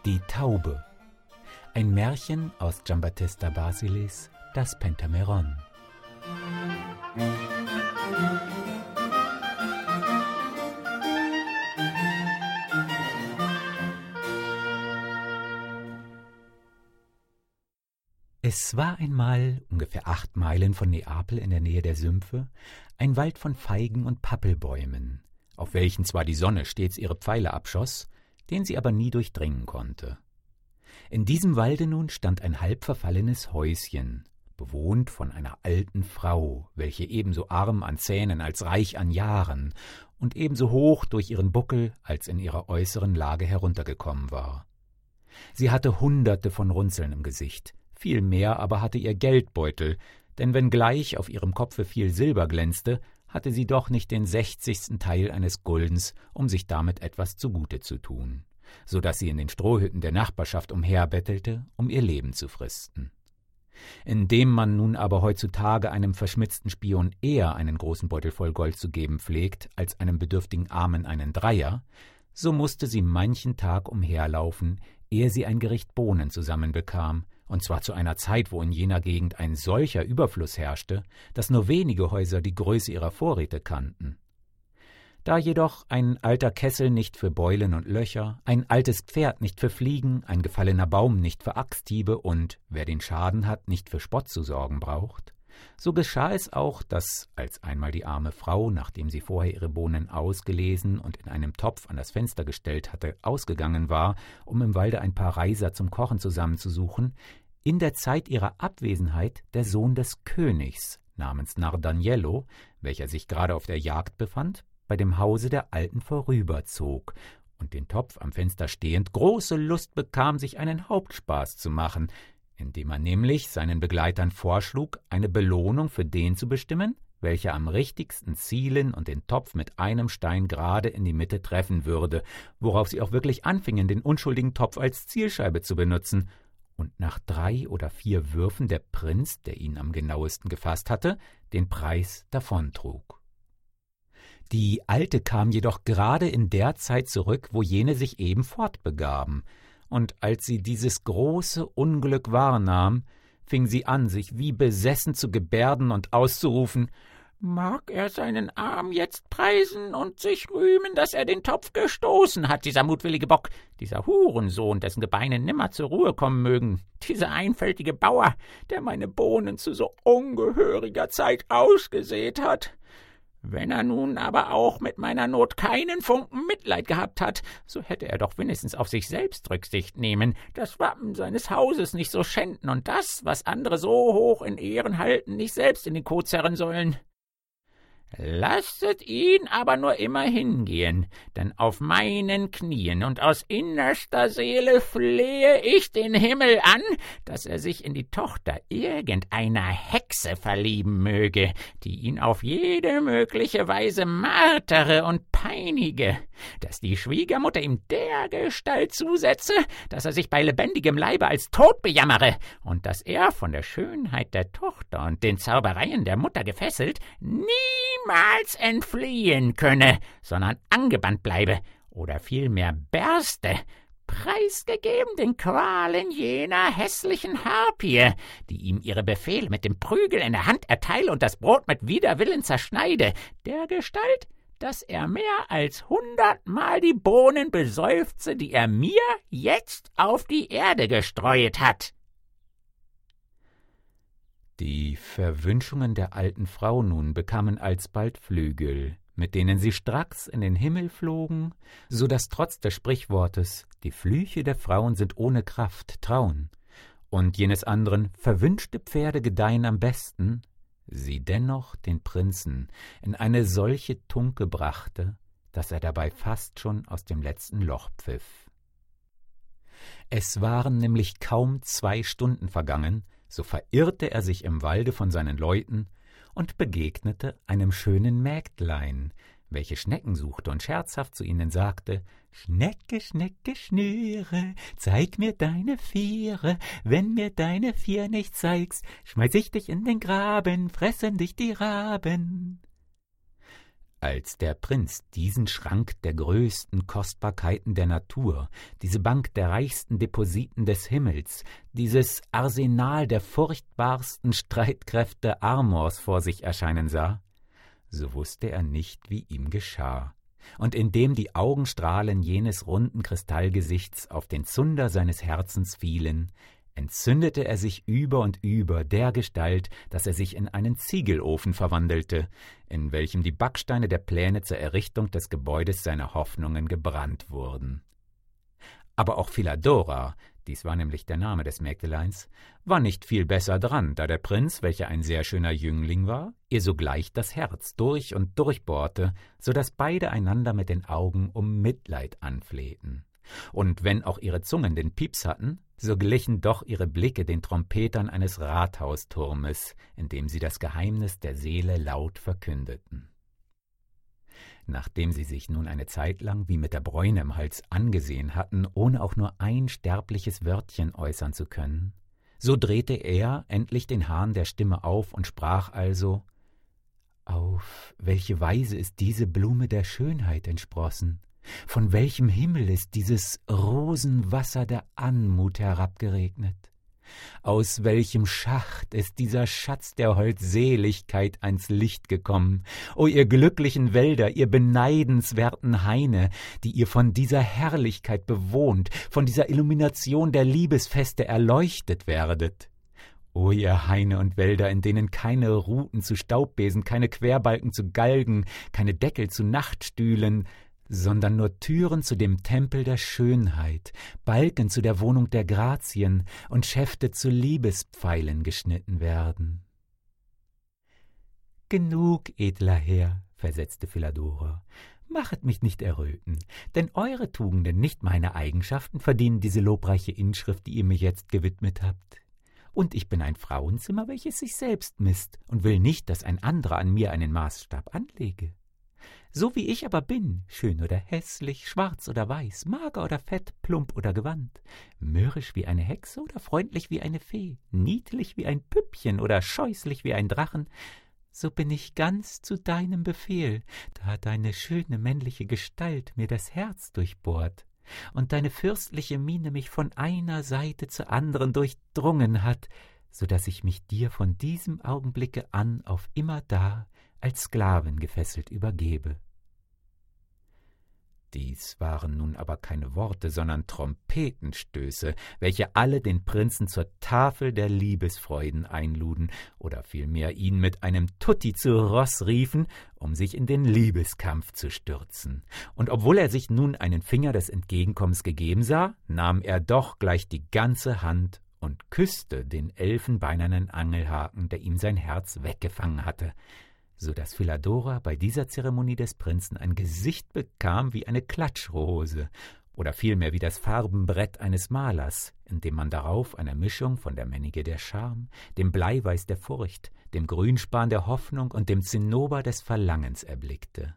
Die Taube. Ein Märchen aus Giambattista Basilis, das Pentameron. Es war einmal, ungefähr 8 Meilen von Neapel in der Nähe der Sümpfe, ein Wald von Feigen- und Pappelbäumen, auf welchen zwar die Sonne stets ihre Pfeile abschoss, den sie aber nie durchdringen konnte. In diesem Walde nun stand ein halb verfallenes Häuschen, bewohnt von einer alten Frau, welche ebenso arm an Zähnen als reich an Jahren und ebenso hoch durch ihren Buckel als in ihrer äußeren Lage heruntergekommen war. Sie hatte Hunderte von Runzeln im Gesicht, viel mehr aber hatte ihr Geldbeutel, denn wenngleich auf ihrem Kopfe viel Silber glänzte, hatte sie doch nicht den 60. Teil eines Guldens, um sich damit etwas zugute zu tun, so daß sie in den Strohhütten der Nachbarschaft umherbettelte, um ihr Leben zu fristen. Indem man nun aber heutzutage einem verschmitzten Spion eher einen großen Beutel voll Gold zu geben pflegt, als einem bedürftigen Armen einen Dreier, so mußte sie manchen Tag umherlaufen, ehe sie ein Gericht Bohnen zusammenbekam, und zwar zu einer Zeit, wo in jener Gegend ein solcher Überfluss herrschte, dass nur wenige Häuser die Größe ihrer Vorräte kannten. Da jedoch ein alter Kessel nicht für Beulen und Löcher, ein altes Pferd nicht für Fliegen, ein gefallener Baum nicht für Axthiebe und, wer den Schaden hat, nicht für Spott zu sorgen braucht, so geschah es auch, dass, als einmal die arme Frau, nachdem sie vorher ihre Bohnen ausgelesen und in einem Topf an das Fenster gestellt hatte, ausgegangen war, um im Walde ein paar Reiser zum Kochen zusammenzusuchen, in der Zeit ihrer Abwesenheit der Sohn des Königs, namens Nardaniello, welcher sich gerade auf der Jagd befand, bei dem Hause der Alten vorüberzog und den Topf am Fenster stehend große Lust bekam, sich einen Hauptspaß zu machen, indem er nämlich seinen Begleitern vorschlug, eine Belohnung für den zu bestimmen, welcher am richtigsten zielen und den Topf mit einem Stein gerade in die Mitte treffen würde, worauf sie auch wirklich anfingen, den unschuldigen Topf als Zielscheibe zu benutzen, und nach 3 oder 4 Würfen der Prinz, der ihn am genauesten gefasst hatte, den Preis davontrug. Die Alte kam jedoch gerade in der Zeit zurück, wo jene sich eben fortbegaben, und als sie dieses große Unglück wahrnahm, fing sie an, sich wie besessen zu gebärden und auszurufen: »Mag er seinen Arm jetzt preisen und sich rühmen, dass er den Topf gestoßen hat, dieser mutwillige Bock, dieser Hurensohn, dessen Gebeine nimmer zur Ruhe kommen mögen, dieser einfältige Bauer, der meine Bohnen zu so ungehöriger Zeit ausgesät hat. Wenn er nun aber auch mit meiner Not keinen Funken Mitleid gehabt hat, so hätte er doch wenigstens auf sich selbst Rücksicht nehmen, das Wappen seines Hauses nicht so schänden und das, was andere so hoch in Ehren halten, nicht selbst in den Kot zerren sollen. Lasset ihn aber nur immer hingehen, denn auf meinen Knien und aus innerster Seele flehe ich den Himmel an, dass er sich in die Tochter irgendeiner Hexe verlieben möge, die ihn auf jede mögliche Weise martere und peinige, dass die Schwiegermutter ihm dergestalt zusetze, dass er sich bei lebendigem Leibe als tot bejammere und dass er von der Schönheit der Tochter und den Zaubereien der Mutter gefesselt niemals entfliehen könne, sondern angebannt bleibe oder vielmehr berste, preisgegeben den Qualen jener hässlichen Harpie, die ihm ihre Befehle mit dem Prügel in der Hand erteile und das Brot mit Widerwillen zerschneide, dergestalt, dass er mehr als 100-mal die Bohnen besäufze, die er mir jetzt auf die Erde gestreuet hat.« Die Verwünschungen der alten Frau nun bekamen alsbald Flügel, mit denen sie stracks in den Himmel flogen, so daß trotz des Sprichwortes »Die Flüche der Frauen sind ohne Kraft, trauen« und jenes anderen »Verwünschte Pferde gedeihen am besten«, sie dennoch den Prinzen in eine solche Tunke brachte, daß er dabei fast schon aus dem letzten Loch pfiff. Es waren nämlich kaum 2 Stunden vergangen, so verirrte er sich im Walde von seinen Leuten und begegnete einem schönen Mägdlein, welche Schnecken suchte und scherzhaft zu ihnen sagte: »Schnecke, Schnecke, Schnüre, zeig mir deine Viere, wenn mir deine 4 nicht zeigst, schmeiß ich dich in den Graben, fressen dich die Raben.« Als der Prinz diesen Schrank der größten Kostbarkeiten der Natur, diese Bank der reichsten Depositen des Himmels, dieses Arsenal der furchtbarsten Streitkräfte Amors vor sich erscheinen sah, so wusste er nicht, wie ihm geschah. Und indem die Augenstrahlen jenes runden Kristallgesichts auf den Zunder seines Herzens fielen, entzündete er sich über und über dergestalt, dass er sich in einen Ziegelofen verwandelte, in welchem die Backsteine der Pläne zur Errichtung des Gebäudes seiner Hoffnungen gebrannt wurden. Aber auch Philadora, dies war nämlich der Name des Mägdeleins, war nicht viel besser dran, da der Prinz, welcher ein sehr schöner Jüngling war, ihr sogleich das Herz durch und durchbohrte, so daß beide einander mit den Augen um Mitleid anflehten. Und wenn auch ihre Zungen den Pieps hatten, so glichen doch ihre Blicke den Trompetern eines Rathausturmes, in dem sie das Geheimnis der Seele laut verkündeten. Nachdem sie sich nun eine Zeit lang wie mit der Bräune im Hals angesehen hatten, ohne auch nur ein sterbliches Wörtchen äußern zu können, so drehte er endlich den Hahn der Stimme auf und sprach also: »Auf welche Weise ist diese Blume der Schönheit entsprossen? Von welchem Himmel ist dieses Rosenwasser der Anmut herabgeregnet? Aus welchem Schacht ist dieser Schatz der Holdseligkeit ans Licht gekommen? O ihr glücklichen Wälder, ihr beneidenswerten Haine, die ihr von dieser Herrlichkeit bewohnt, von dieser Illumination der Liebesfeste erleuchtet werdet! O ihr Haine und Wälder, in denen keine Ruten zu Staubbesen, keine Querbalken zu Galgen, keine Deckel zu Nachtstühlen, sondern nur Türen zu dem Tempel der Schönheit, Balken zu der Wohnung der Grazien und Schäfte zu Liebespfeilen geschnitten werden.« »Genug, edler Herr«, versetzte Philadora, »machet mich nicht erröten, denn eure Tugenden, nicht meine Eigenschaften, verdienen diese lobreiche Inschrift, die ihr mir jetzt gewidmet habt. Und ich bin ein Frauenzimmer, welches sich selbst misst, und will nicht, dass ein anderer an mir einen Maßstab anlege. So wie ich aber bin, schön oder hässlich, schwarz oder weiß, mager oder fett, plump oder gewandt, mürrisch wie eine Hexe oder freundlich wie eine Fee, niedlich wie ein Püppchen oder scheußlich wie ein Drachen, so bin ich ganz zu deinem Befehl, da deine schöne männliche Gestalt mir das Herz durchbohrt und deine fürstliche Miene mich von einer Seite zur anderen durchdrungen hat, so daß ich mich dir von diesem Augenblicke an auf immerdar als Sklaven gefesselt übergebe.« Dies waren nun aber keine Worte, sondern Trompetenstöße, welche alle den Prinzen zur Tafel der Liebesfreuden einluden oder vielmehr ihn mit einem Tutti zu Ross riefen, um sich in den Liebeskampf zu stürzen. Und obwohl er sich nun einen Finger des Entgegenkommens gegeben sah, nahm er doch gleich die ganze Hand und küsste den elfenbeinernen Angelhaken, der ihm sein Herz weggefangen hatte, so daß Philadora bei dieser Zeremonie des Prinzen ein Gesicht bekam wie eine Klatschrose oder vielmehr wie das Farbenbrett eines Malers, in dem man darauf eine Mischung von der Männige der Scham, dem Bleiweiß der Furcht, dem Grünspan der Hoffnung und dem Zinnober des Verlangens erblickte.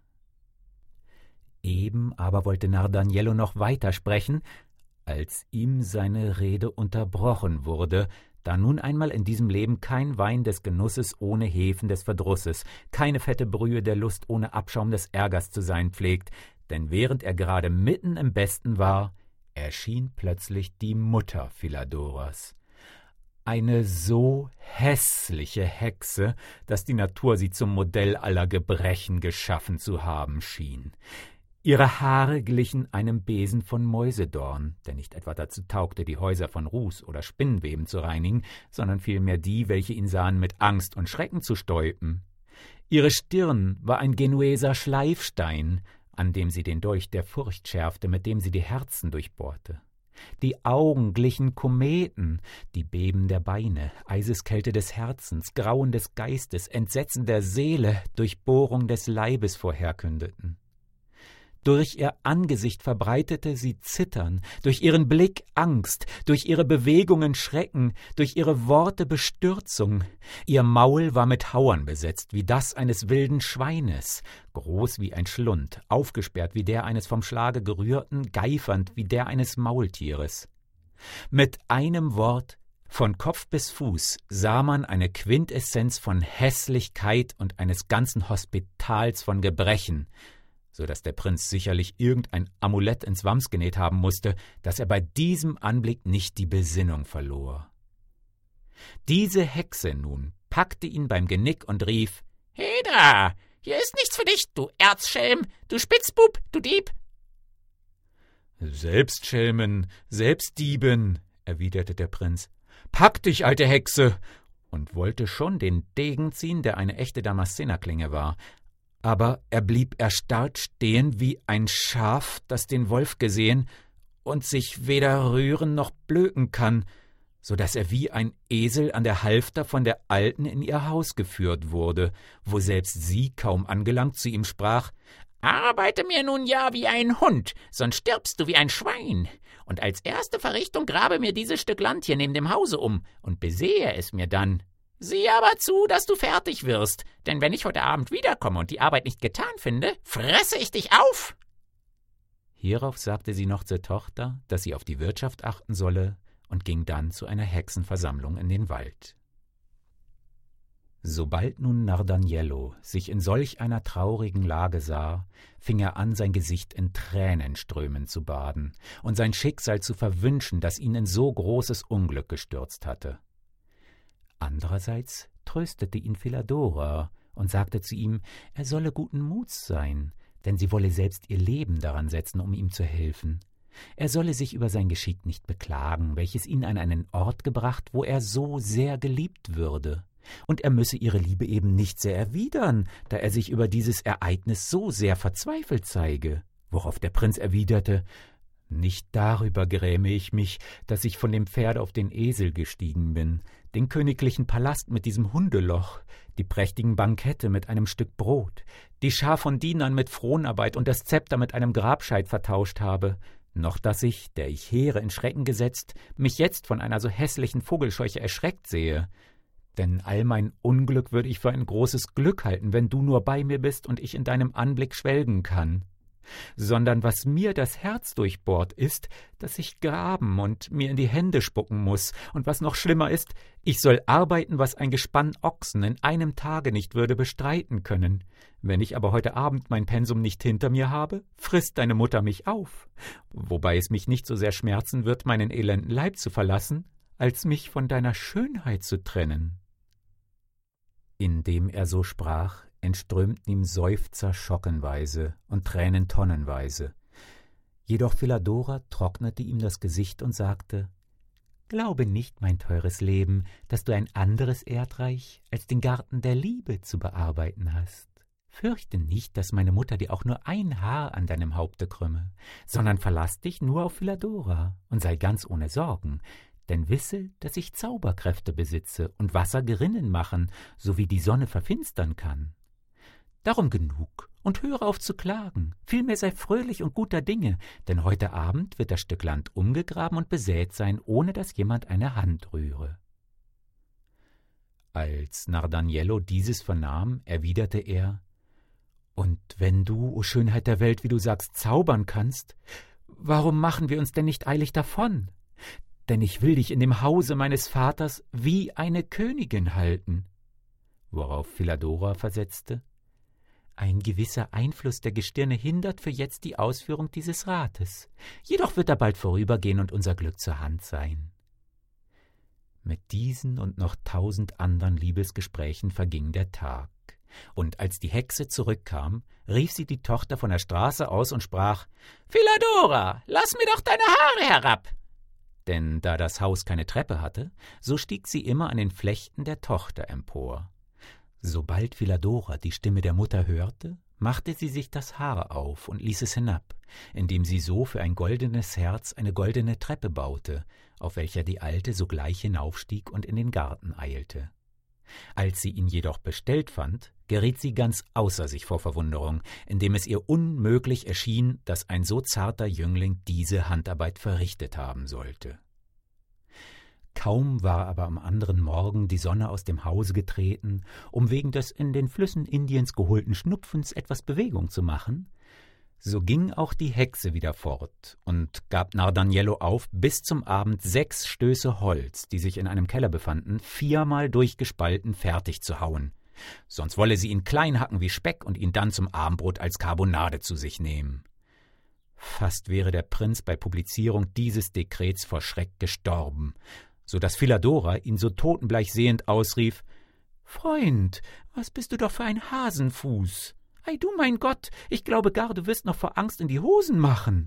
Eben aber wollte Nardaniello noch weitersprechen, als ihm seine Rede unterbrochen wurde, da nun einmal in diesem Leben kein Wein des Genusses ohne Hefen des Verdrusses, keine fette Brühe der Lust ohne Abschaum des Ärgers zu sein pflegt, denn während er gerade mitten im Besten war, erschien plötzlich die Mutter Philadoras. Eine so hässliche Hexe, dass die Natur sie zum Modell aller Gebrechen geschaffen zu haben schien. Ihre Haare glichen einem Besen von Mäusedorn, der nicht etwa dazu taugte, die Häuser von Ruß oder Spinnweben zu reinigen, sondern vielmehr die, welche ihn sahen, mit Angst und Schrecken zu stäuben. Ihre Stirn war ein Genueser Schleifstein, an dem sie den Dolch der Furcht schärfte, mit dem sie die Herzen durchbohrte. Die Augen glichen Kometen, die Beben der Beine, Eiseskälte des Herzens, Grauen des Geistes, Entsetzen der Seele, Durchbohrung des Leibes vorherkündeten. Durch ihr Angesicht verbreitete sie Zittern, durch ihren Blick Angst, durch ihre Bewegungen Schrecken, durch ihre Worte Bestürzung. Ihr Maul war mit Hauern besetzt, wie das eines wilden Schweines, groß wie ein Schlund, aufgesperrt wie der eines vom Schlage gerührten, geifernd wie der eines Maultieres. Mit einem Wort Von Kopf bis Fuß sah man eine Quintessenz von Hässlichkeit und eines ganzen Hospitals von Gebrechen, so dass der Prinz sicherlich irgendein Amulett ins Wams genäht haben musste, dass er bei diesem Anblick nicht die Besinnung verlor. Diese Hexe nun packte ihn beim Genick und rief: »Heda, hier ist nichts für dich, du Erzschelm, du Spitzbub, du Dieb!« »Selbstschelmen, Selbstdieben«, erwiderte der Prinz. »Pack dich, alte Hexe!« und wollte schon den Degen ziehen, der eine echte Damaszenerklinge war. Aber er blieb erstarrt stehen wie ein Schaf, das den Wolf gesehen und sich weder rühren noch blöken kann, so daß er wie ein Esel an der Halfter von der Alten in ihr Haus geführt wurde, wo selbst sie, kaum angelangt, zu ihm sprach: »Arbeite mir nun ja wie ein Hund, sonst stirbst du wie ein Schwein. Und als erste Verrichtung grabe mir dieses Stück Land hier neben dem Hause um und besehe es mir dann. Sieh aber zu, dass du fertig wirst, denn wenn ich heute Abend wiederkomme und die Arbeit nicht getan finde, fresse ich dich auf!« Hierauf sagte sie noch zur Tochter, dass sie auf die Wirtschaft achten solle, und ging dann zu einer Hexenversammlung in den Wald. Sobald nun Nardaniello sich in solch einer traurigen Lage sah, fing er an, sein Gesicht in Tränenströmen zu baden und sein Schicksal zu verwünschen, das ihn in so großes Unglück gestürzt hatte. Andererseits tröstete ihn Philadora und sagte zu ihm, er solle guten Muts sein, denn sie wolle selbst ihr Leben daran setzen, um ihm zu helfen. Er solle sich über sein Geschick nicht beklagen, welches ihn an einen Ort gebracht, wo er so sehr geliebt würde. Und er müsse ihre Liebe eben nicht sehr erwidern, da er sich über dieses Ereignis so sehr verzweifelt zeige. Worauf der Prinz erwiderte: »Nicht darüber gräme ich mich, dass ich von dem Pferde auf den Esel gestiegen bin, den königlichen Palast mit diesem Hundeloch, die prächtigen Bankette mit einem Stück Brot, die Schar von Dienern mit Fronarbeit und das Zepter mit einem Grabscheit vertauscht habe, noch dass ich, der ich Heere in Schrecken gesetzt, mich jetzt von einer so hässlichen Vogelscheuche erschreckt sehe. Denn all mein Unglück würde ich für ein großes Glück halten, wenn du nur bei mir bist und ich in deinem Anblick schwelgen kann. Sondern was mir das Herz durchbohrt, ist, dass ich graben und mir in die Hände spucken muß, und was noch schlimmer ist, ich soll arbeiten, was ein Gespann Ochsen in einem Tage nicht würde bestreiten können. Wenn ich aber heute Abend mein Pensum nicht hinter mir habe, frisst deine Mutter mich auf, wobei es mich nicht so sehr schmerzen wird, meinen elenden Leib zu verlassen, als mich von deiner Schönheit zu trennen.« Indem er so sprach, entströmten ihm Seufzer schockenweise und Tränen tonnenweise. Jedoch Philadora trocknete ihm das Gesicht und sagte: »Glaube nicht, mein teures Leben, dass du ein anderes Erdreich als den Garten der Liebe zu bearbeiten hast. Fürchte nicht, dass meine Mutter dir auch nur ein Haar an deinem Haupte krümme, sondern verlass dich nur auf Philadora und sei ganz ohne Sorgen, denn wisse, dass ich Zauberkräfte besitze und Wasser gerinnen machen, so wie die Sonne verfinstern kann. Darum genug und höre auf zu klagen, vielmehr sei fröhlich und guter Dinge, denn heute Abend wird das Stück Land umgegraben und besät sein, ohne dass jemand eine Hand rühre.« Als Nardaniello dieses vernahm, erwiderte er: »Und wenn du, o Schönheit der Welt, wie du sagst, zaubern kannst, warum machen wir uns denn nicht eilig davon? Denn ich will dich in dem Hause meines Vaters wie eine Königin halten.« Worauf Philadora versetzte: »Ein gewisser Einfluss der Gestirne hindert für jetzt die Ausführung dieses Rates. Jedoch wird er bald vorübergehen und unser Glück zur Hand sein.« Mit diesen und noch 1000 anderen Liebesgesprächen verging der Tag. Und als die Hexe zurückkam, rief sie die Tochter von der Straße aus und sprach: »Philadora, lass mir doch deine Haare herab!« Denn da das Haus keine Treppe hatte, so stieg sie immer an den Flechten der Tochter empor. Sobald Philadora die Stimme der Mutter hörte, machte sie sich das Haar auf und ließ es hinab, indem sie so für ein goldenes Herz eine goldene Treppe baute, auf welcher die Alte sogleich hinaufstieg und in den Garten eilte. Als sie ihn jedoch bestellt fand, geriet sie ganz außer sich vor Verwunderung, indem es ihr unmöglich erschien, dass ein so zarter Jüngling diese Handarbeit verrichtet haben sollte. Kaum war aber am anderen Morgen die Sonne aus dem Hause getreten, um wegen des in den Flüssen Indiens geholten Schnupfens etwas Bewegung zu machen, So ging auch die Hexe wieder fort und gab Nardaniello auf, bis zum Abend 6 Stöße Holz, die sich in einem Keller befanden, 4-mal durchgespalten fertig zu hauen. Sonst wolle sie ihn klein hacken wie Speck und ihn dann zum Abendbrot als Karbonade zu sich nehmen. Fast wäre der Prinz bei Publizierung dieses Dekrets vor Schreck gestorben, so daß Philadora ihn so totenbleich sehend ausrief: »Freund, was bist du doch für ein Hasenfuß! Ei du, mein Gott, ich glaube gar, du wirst noch vor Angst in die Hosen machen!«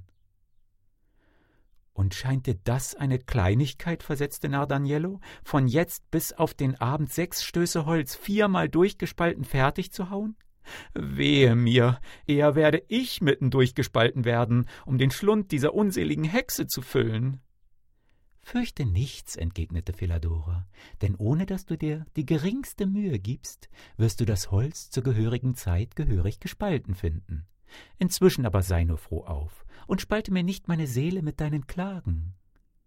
»Und scheint dir das eine Kleinigkeit?« versetzte Nardaniello, »von jetzt bis auf den Abend 6 Stöße Holz 4-mal durchgespalten fertig zu hauen? Wehe mir, eher werde ich mitten durchgespalten werden, um den Schlund dieser unseligen Hexe zu füllen.« »Fürchte nichts«, entgegnete Philadora, »denn ohne dass du dir die geringste Mühe gibst, wirst du das Holz zur gehörigen Zeit gehörig gespalten finden. Inzwischen aber sei nur froh auf und spalte mir nicht meine Seele mit deinen Klagen.«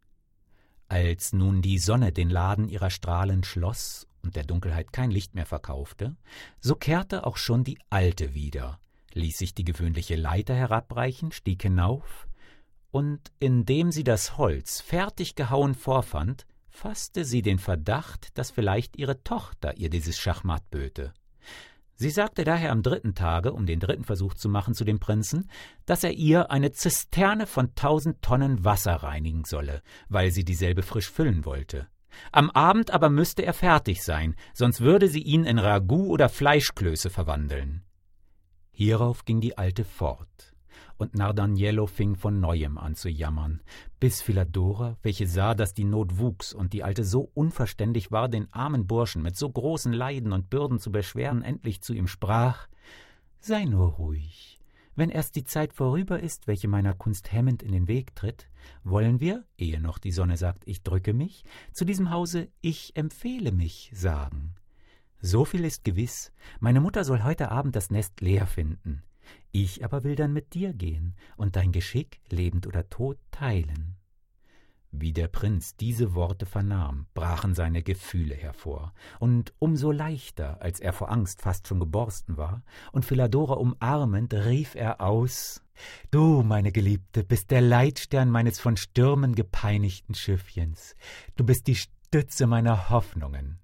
Als nun die Sonne den Laden ihrer Strahlen schloss und der Dunkelheit kein Licht mehr verkaufte, so kehrte auch schon die Alte wieder, ließ sich die gewöhnliche Leiter herabreichen, stieg hinauf, und indem sie das Holz fertig gehauen vorfand, fasste sie den Verdacht, dass vielleicht ihre Tochter ihr dieses Schachmatt böte. Sie sagte daher am 3. Tage, um den 3. Versuch zu machen, zu dem Prinzen, dass er ihr eine Zisterne von 1000 Tonnen Wasser reinigen solle, weil sie dieselbe frisch füllen wollte. Am Abend aber müsste er fertig sein, sonst würde sie ihn in Ragout oder Fleischklöße verwandeln. Hierauf ging die Alte fort, und Nardaniello fing von Neuem an zu jammern, bis Philadora, welche sah, dass die Not wuchs und die Alte so unverständig war, den armen Burschen mit so großen Leiden und Bürden zu beschweren, endlich zu ihm sprach: »Sei nur ruhig. Wenn erst die Zeit vorüber ist, welche meiner Kunst hemmend in den Weg tritt, wollen wir, ehe noch die Sonne sagt, ich drücke mich, zu diesem Hause ich empfehle mich sagen. So viel ist gewiss, meine Mutter soll heute Abend das Nest leer finden. Ich aber will dann mit dir gehen und dein Geschick, lebend oder tot, teilen.« Wie der Prinz diese Worte vernahm, brachen seine Gefühle hervor, und umso leichter, als er vor Angst fast schon geborsten war, und Philadora umarmend, rief er aus: »Du, meine Geliebte, bist der Leitstern meines von Stürmen gepeinigten Schiffchens. Du bist die Stütze meiner Hoffnungen.«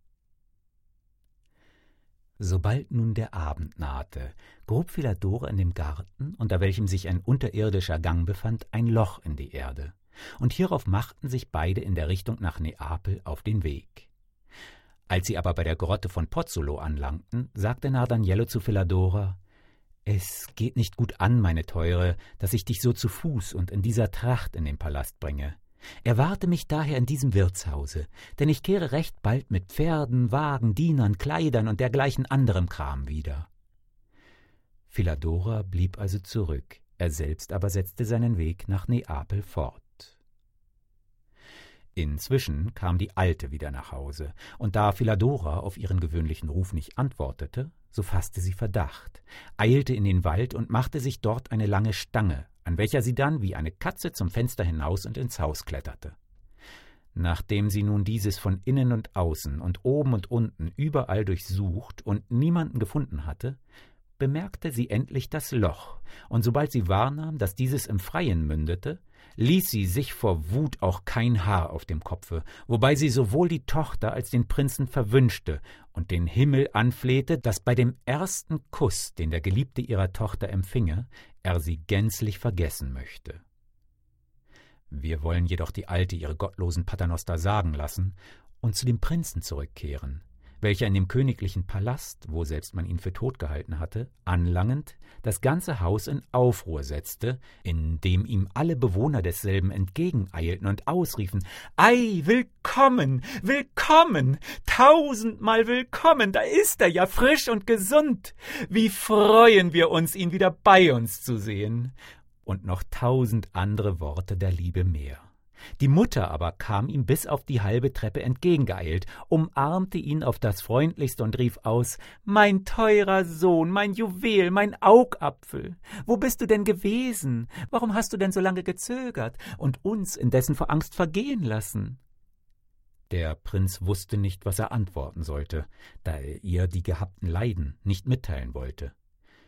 Sobald nun der Abend nahte, grub Philadora in dem Garten, unter welchem sich ein unterirdischer Gang befand, ein Loch in die Erde, und hierauf machten sich beide in der Richtung nach Neapel auf den Weg. Als sie aber bei der Grotte von Pozzolo anlangten, sagte Nardaniello zu Philadora: »Es geht nicht gut an, meine Teure, dass ich dich so zu Fuß und in dieser Tracht in den Palast bringe. Erwarte mich daher in diesem Wirtshause, denn ich kehre recht bald mit Pferden, Wagen, Dienern, Kleidern und dergleichen anderem Kram wieder.« Philadora blieb also zurück, er selbst aber setzte seinen Weg nach Neapel fort. Inzwischen kam die Alte wieder nach Hause, und da Philadora auf ihren gewöhnlichen Ruf nicht antwortete, so faßte sie Verdacht, eilte in den Wald und machte sich dort eine lange Stange, an welcher sie dann wie eine Katze zum Fenster hinaus und ins Haus kletterte. Nachdem sie nun dieses von innen und außen und oben und unten überall durchsucht und niemanden gefunden hatte, bemerkte sie endlich das Loch, und sobald sie wahrnahm, dass dieses im Freien mündete, ließ sie sich vor Wut auch kein Haar auf dem Kopfe, wobei sie sowohl die Tochter als den Prinzen verwünschte und den Himmel anflehte, dass bei dem ersten Kuss, den der Geliebte ihrer Tochter empfinge, er sie gänzlich vergessen möchte. Wir wollen jedoch die Alte ihre gottlosen Paternoster sagen lassen und zu dem Prinzen zurückkehren, welcher in dem königlichen Palast, wo selbst man ihn für tot gehalten hatte, anlangend das ganze Haus in Aufruhr setzte, indem ihm alle Bewohner desselben entgegeneilten und ausriefen: »Ei, willkommen, willkommen, 1000-mal willkommen, da ist er ja, frisch und gesund. Wie freuen wir uns, ihn wieder bei uns zu sehen!« Und noch 1000 andere Worte der Liebe mehr. Die Mutter aber kam ihm bis auf die halbe Treppe entgegengeeilt, umarmte ihn auf das Freundlichste und rief aus: »Mein teurer Sohn, mein Juwel, mein Augapfel, wo bist du denn gewesen? Warum hast du denn so lange gezögert und uns indessen vor Angst vergehen lassen?« Der Prinz wusste nicht, was er antworten sollte, da er ihr die gehabten Leiden nicht mitteilen wollte.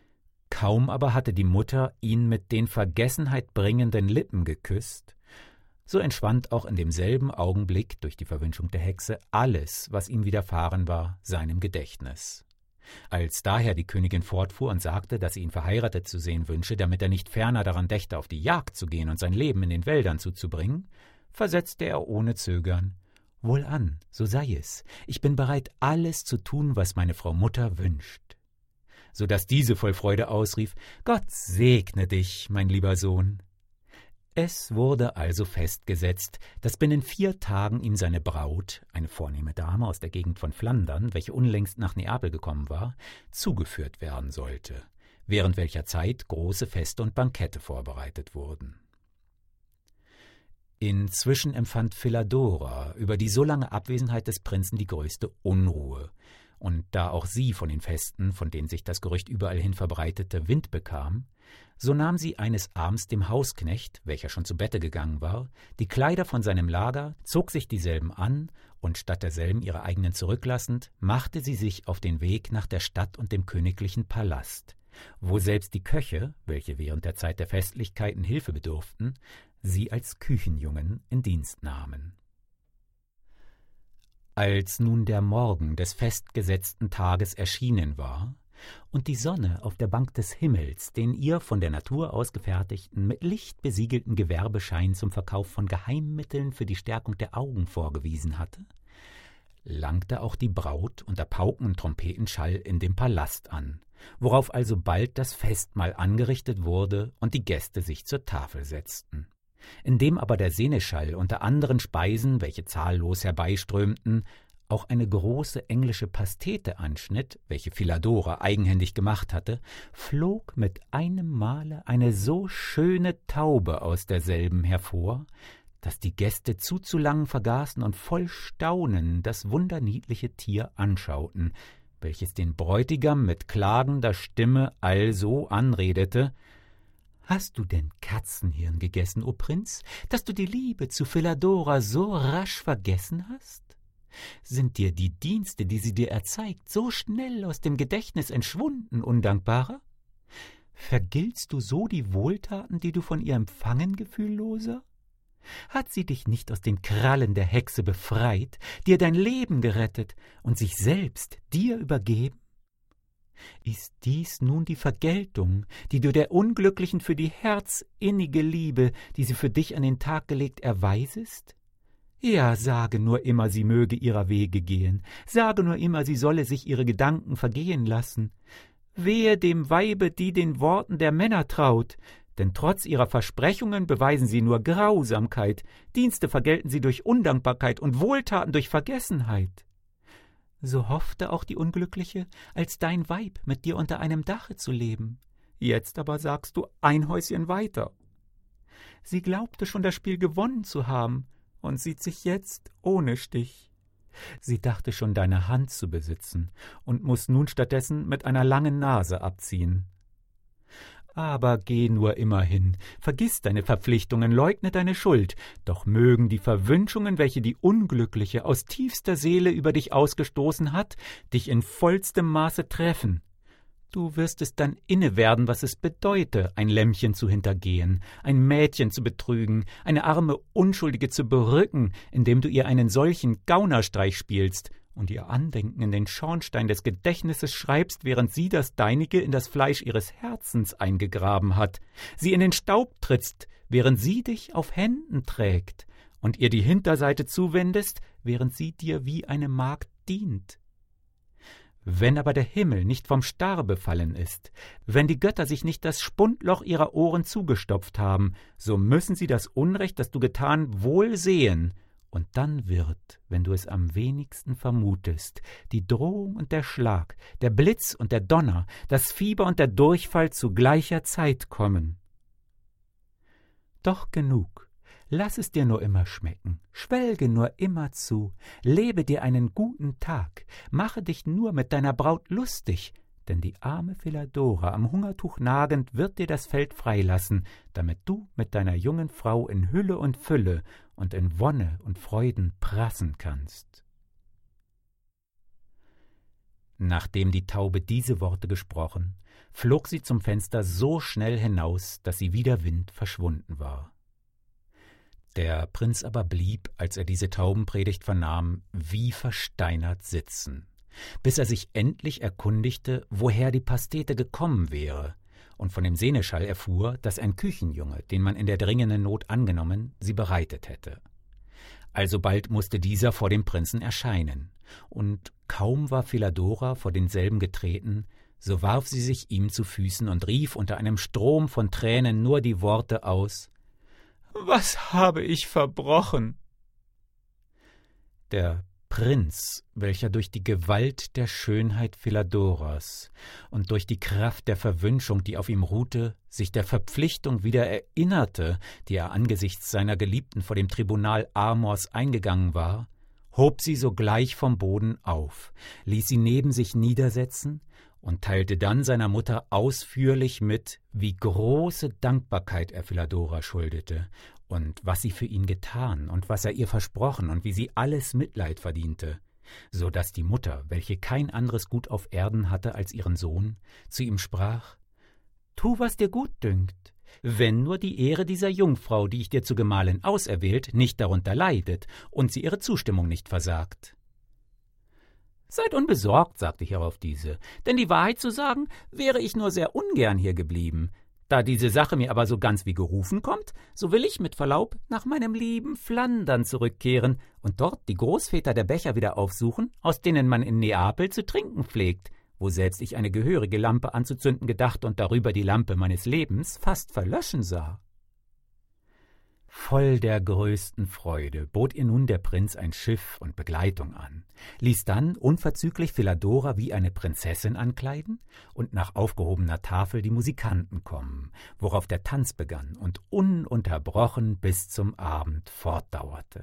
Kaum aber hatte die Mutter ihn mit den Vergessenheit bringenden Lippen geküsst, so entschwand auch in demselben Augenblick durch die Verwünschung der Hexe alles, was ihm widerfahren war, seinem Gedächtnis. Als daher die Königin fortfuhr und sagte, dass sie ihn verheiratet zu sehen wünsche, damit er nicht ferner daran dächte, auf die Jagd zu gehen und sein Leben in den Wäldern zuzubringen, versetzte er ohne Zögern: »Wohlan, so sei es. Ich bin bereit, alles zu tun, was meine Frau Mutter wünscht.« So daß diese voll Freude ausrief: »Gott segne dich, mein lieber Sohn.« Es wurde also festgesetzt, dass binnen 4 Tagen ihm seine Braut, eine vornehme Dame aus der Gegend von Flandern, welche unlängst nach Neapel gekommen war, zugeführt werden sollte, während welcher Zeit große Feste und Bankette vorbereitet wurden. Inzwischen empfand Philadora über die so lange Abwesenheit des Prinzen die größte Unruhe, und da auch sie von den Festen, von denen sich das Gerücht überall hin verbreitete, Wind bekam, so nahm sie eines Abends dem Hausknecht, welcher schon zu Bette gegangen war, die Kleider von seinem Lager, zog sich dieselben an und statt derselben ihre eigenen zurücklassend, machte sie sich auf den Weg nach der Stadt und dem königlichen Palast, wo selbst die Köche, welche während der Zeit der Festlichkeiten Hilfe bedurften, sie als Küchenjungen in Dienst nahmen. Als nun der Morgen des festgesetzten Tages erschienen war und die Sonne auf der Bank des Himmels den ihr von der Natur ausgefertigten, mit Licht besiegelten Gewerbeschein zum Verkauf von Geheimmitteln für die Stärkung der Augen vorgewiesen hatte, langte auch die Braut unter Pauken- und Trompetenschall in dem Palast an, worauf also bald das Festmahl angerichtet wurde und die Gäste sich zur Tafel setzten. Indem aber der Seneschall unter anderen Speisen, welche zahllos herbeiströmten, auch eine große englische Pastete anschnitt, welche Philadora eigenhändig gemacht hatte, flog mit einem Male eine so schöne Taube aus derselben hervor, dass die Gäste zuzulangen vergaßen und voll Staunen das wunderniedliche Tier anschauten, welches den Bräutigam mit klagender Stimme also anredete: »Hast du denn Katzenhirn gegessen, o Prinz, dass du die Liebe zu Philadora so rasch vergessen hast? Sind dir die Dienste, die sie dir erzeigt, so schnell aus dem Gedächtnis entschwunden, Undankbarer? Vergiltst du so die Wohltaten, die du von ihr empfangen, Gefühlloser? Hat sie dich nicht aus den Krallen der Hexe befreit, dir dein Leben gerettet und sich selbst dir übergeben? Ist dies nun die Vergeltung, die du der Unglücklichen für die herzinnige Liebe, die sie für dich an den Tag gelegt, erweisest? Ja, sage nur immer, sie möge ihrer Wege gehen, sage nur immer, sie solle sich ihre Gedanken vergehen lassen. Wehe dem Weibe, die den Worten der Männer traut, denn trotz ihrer Versprechungen beweisen sie nur Grausamkeit, Dienste vergelten sie durch Undankbarkeit und Wohltaten durch Vergessenheit. So hoffte auch die Unglückliche, als dein Weib mit dir unter einem Dache zu leben. Jetzt aber sagst du ein Häuschen weiter. Sie glaubte schon das Spiel gewonnen zu haben und sieht sich jetzt ohne Stich. Sie dachte schon deine Hand zu besitzen und muß nun stattdessen mit einer langen Nase abziehen. Aber geh nur immer hin, vergiss deine Verpflichtungen, leugne deine Schuld, doch mögen die Verwünschungen, welche die Unglückliche aus tiefster Seele über dich ausgestoßen hat, dich in vollstem Maße treffen. Du wirst es dann inne werden, was es bedeute, ein Lämmchen zu hintergehen, ein Mädchen zu betrügen, eine arme Unschuldige zu berücken, indem du ihr einen solchen Gaunerstreich spielst und ihr Andenken in den Schornstein des Gedächtnisses schreibst, während sie das deinige in das Fleisch ihres Herzens eingegraben hat, sie in den Staub trittst, während sie dich auf Händen trägt, und ihr die Hinterseite zuwendest, während sie dir wie eine Magd dient. Wenn aber der Himmel nicht vom Star befallen ist, wenn die Götter sich nicht das Spundloch ihrer Ohren zugestopft haben, so müssen sie das Unrecht, das du getan, wohl sehen, und dann wird, wenn du es am wenigsten vermutest, die Drohung und der Schlag, der Blitz und der Donner, das Fieber und der Durchfall zu gleicher Zeit kommen. Doch genug, lass es dir nur immer schmecken, schwelge nur immer zu, lebe dir einen guten Tag, mache dich nur mit deiner Braut lustig, denn die arme Philadora, am Hungertuch nagend, wird dir das Feld freilassen, damit du mit deiner jungen Frau in Hülle und Fülle und in Wonne und Freuden prassen kannst. Nachdem die Taube diese Worte gesprochen, flog sie zum Fenster so schnell hinaus, dass sie wie der Wind verschwunden war. Der Prinz aber blieb, als er diese Taubenpredigt vernahm, wie versteinert sitzen, bis er sich endlich erkundigte, woher die Pastete gekommen wäre, und von dem Seneschall erfuhr, dass ein Küchenjunge, den man in der dringenden Not angenommen, sie bereitet hätte. Alsobald musste dieser vor dem Prinzen erscheinen, und kaum war Philadora vor denselben getreten, so warf sie sich ihm zu Füßen und rief unter einem Strom von Tränen nur die Worte aus: »Was habe ich verbrochen?« Der Prinz, welcher durch die Gewalt der Schönheit Philadoras und durch die Kraft der Verwünschung, die auf ihm ruhte, sich der Verpflichtung wieder erinnerte, die er angesichts seiner Geliebten vor dem Tribunal Amors eingegangen war, hob sie sogleich vom Boden auf, ließ sie neben sich niedersetzen und teilte dann seiner Mutter ausführlich mit, wie große Dankbarkeit er Philadora schuldete und was sie für ihn getan und was er ihr versprochen und wie sie alles Mitleid verdiente, so daß die Mutter, welche kein anderes Gut auf Erden hatte als ihren Sohn, zu ihm sprach: »Tu, was dir gut dünkt, wenn nur die Ehre dieser Jungfrau, die ich dir zu Gemahlin auserwählt, nicht darunter leidet und sie ihre Zustimmung nicht versagt.« »Seid unbesorgt«, sagte hierauf diese, »denn die Wahrheit zu sagen, wäre ich nur sehr ungern hier geblieben. Da diese Sache mir aber so ganz wie gerufen kommt, so will ich mit Verlaub nach meinem lieben Flandern zurückkehren und dort die Großväter der Becher wieder aufsuchen, aus denen man in Neapel zu trinken pflegt, woselbst ich eine gehörige Lampe anzuzünden gedacht und darüber die Lampe meines Lebens fast verlöschen sah.« Voll der größten Freude bot ihr nun der Prinz ein Schiff und Begleitung an, ließ dann unverzüglich Philadora wie eine Prinzessin ankleiden und nach aufgehobener Tafel die Musikanten kommen, worauf der Tanz begann und ununterbrochen bis zum Abend fortdauerte.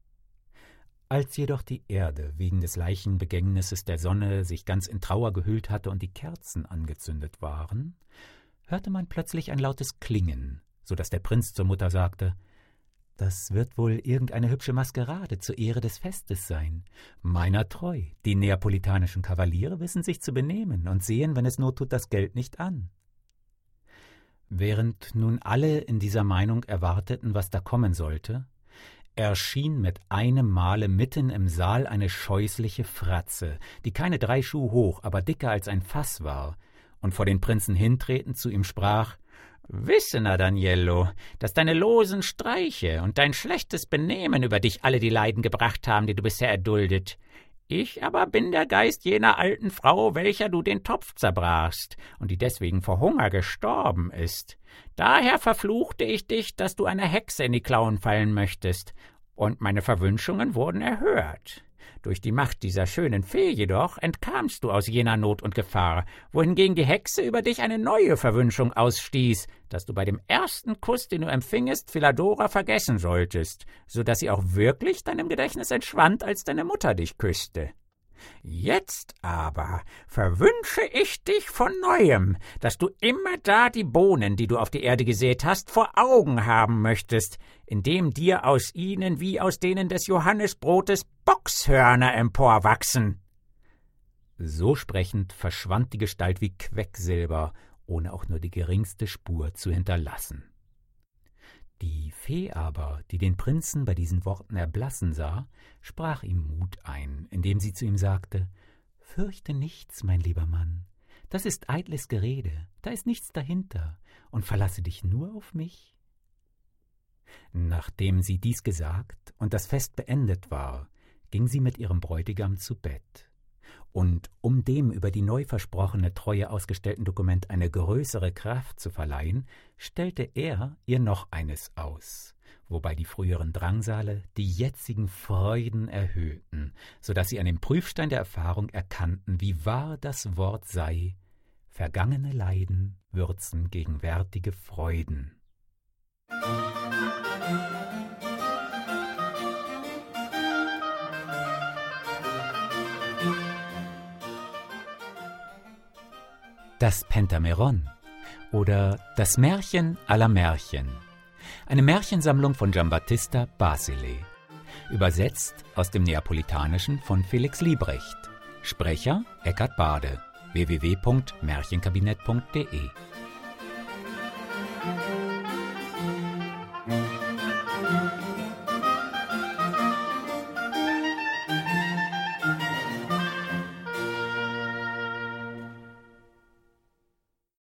Als jedoch die Erde wegen des Leichenbegängnisses der Sonne sich ganz in Trauer gehüllt hatte und die Kerzen angezündet waren, hörte man plötzlich ein lautes Klingen, so daß der Prinz zur Mutter sagte: »Das wird wohl irgendeine hübsche Maskerade zur Ehre des Festes sein. Meiner treu, die neapolitanischen Kavaliere wissen sich zu benehmen und sehen, wenn es Not tut, das Geld nicht an.« Während nun alle in dieser Meinung erwarteten, was da kommen sollte, erschien mit einem Male mitten im Saal eine scheußliche Fratze, die keine 3 Schuh hoch, aber dicker als ein Fass war, und vor den Prinzen hintretend zu ihm sprach: »Wisse, Daniello, dass deine losen Streiche und dein schlechtes Benehmen über dich alle die Leiden gebracht haben, die du bisher erduldet. Ich aber bin der Geist jener alten Frau, welcher du den Topf zerbrachst und die deswegen vor Hunger gestorben ist. Daher verfluchte ich dich, dass du einer Hexe in die Klauen fallen möchtest, und meine Verwünschungen wurden erhört. Durch die Macht dieser schönen Fee jedoch entkamst du aus jener Not und Gefahr, wohingegen die Hexe über dich eine neue Verwünschung ausstieß, dass du bei dem ersten Kuss, den du empfingest, Philadora vergessen solltest, so dass sie auch wirklich deinem Gedächtnis entschwand, als deine Mutter dich küsste. Jetzt aber verwünsche ich dich von Neuem, dass du immerdar die Bohnen, die du auf die Erde gesät hast, vor Augen haben möchtest, indem dir aus ihnen wie aus denen des Johannesbrotes Bockshörner emporwachsen.« So sprechend verschwand die Gestalt wie Quecksilber, ohne auch nur die geringste Spur zu hinterlassen. Die Fee aber, die den Prinzen bei diesen Worten erblassen sah, sprach ihm Mut ein, indem sie zu ihm sagte: »Fürchte nichts, mein lieber Mann, das ist eitles Gerede, da ist nichts dahinter, und verlasse dich nur auf mich.« Nachdem sie dies gesagt und das Fest beendet war, ging sie mit ihrem Bräutigam zu Bett. Und um dem über die neu versprochene Treue ausgestellten Dokument eine größere Kraft zu verleihen, stellte er ihr noch eines aus, wobei die früheren Drangsale die jetzigen Freuden erhöhten, so dass sie an dem Prüfstein der Erfahrung erkannten, wie wahr das Wort sei: vergangene Leiden würzen gegenwärtige Freuden. Das Pentameron oder das Märchen aller Märchen. Eine Märchensammlung von Giambattista Basile. Übersetzt aus dem Neapolitanischen von Felix Liebrecht. Sprecher Eckhard Bade, www.märchenkabinett.de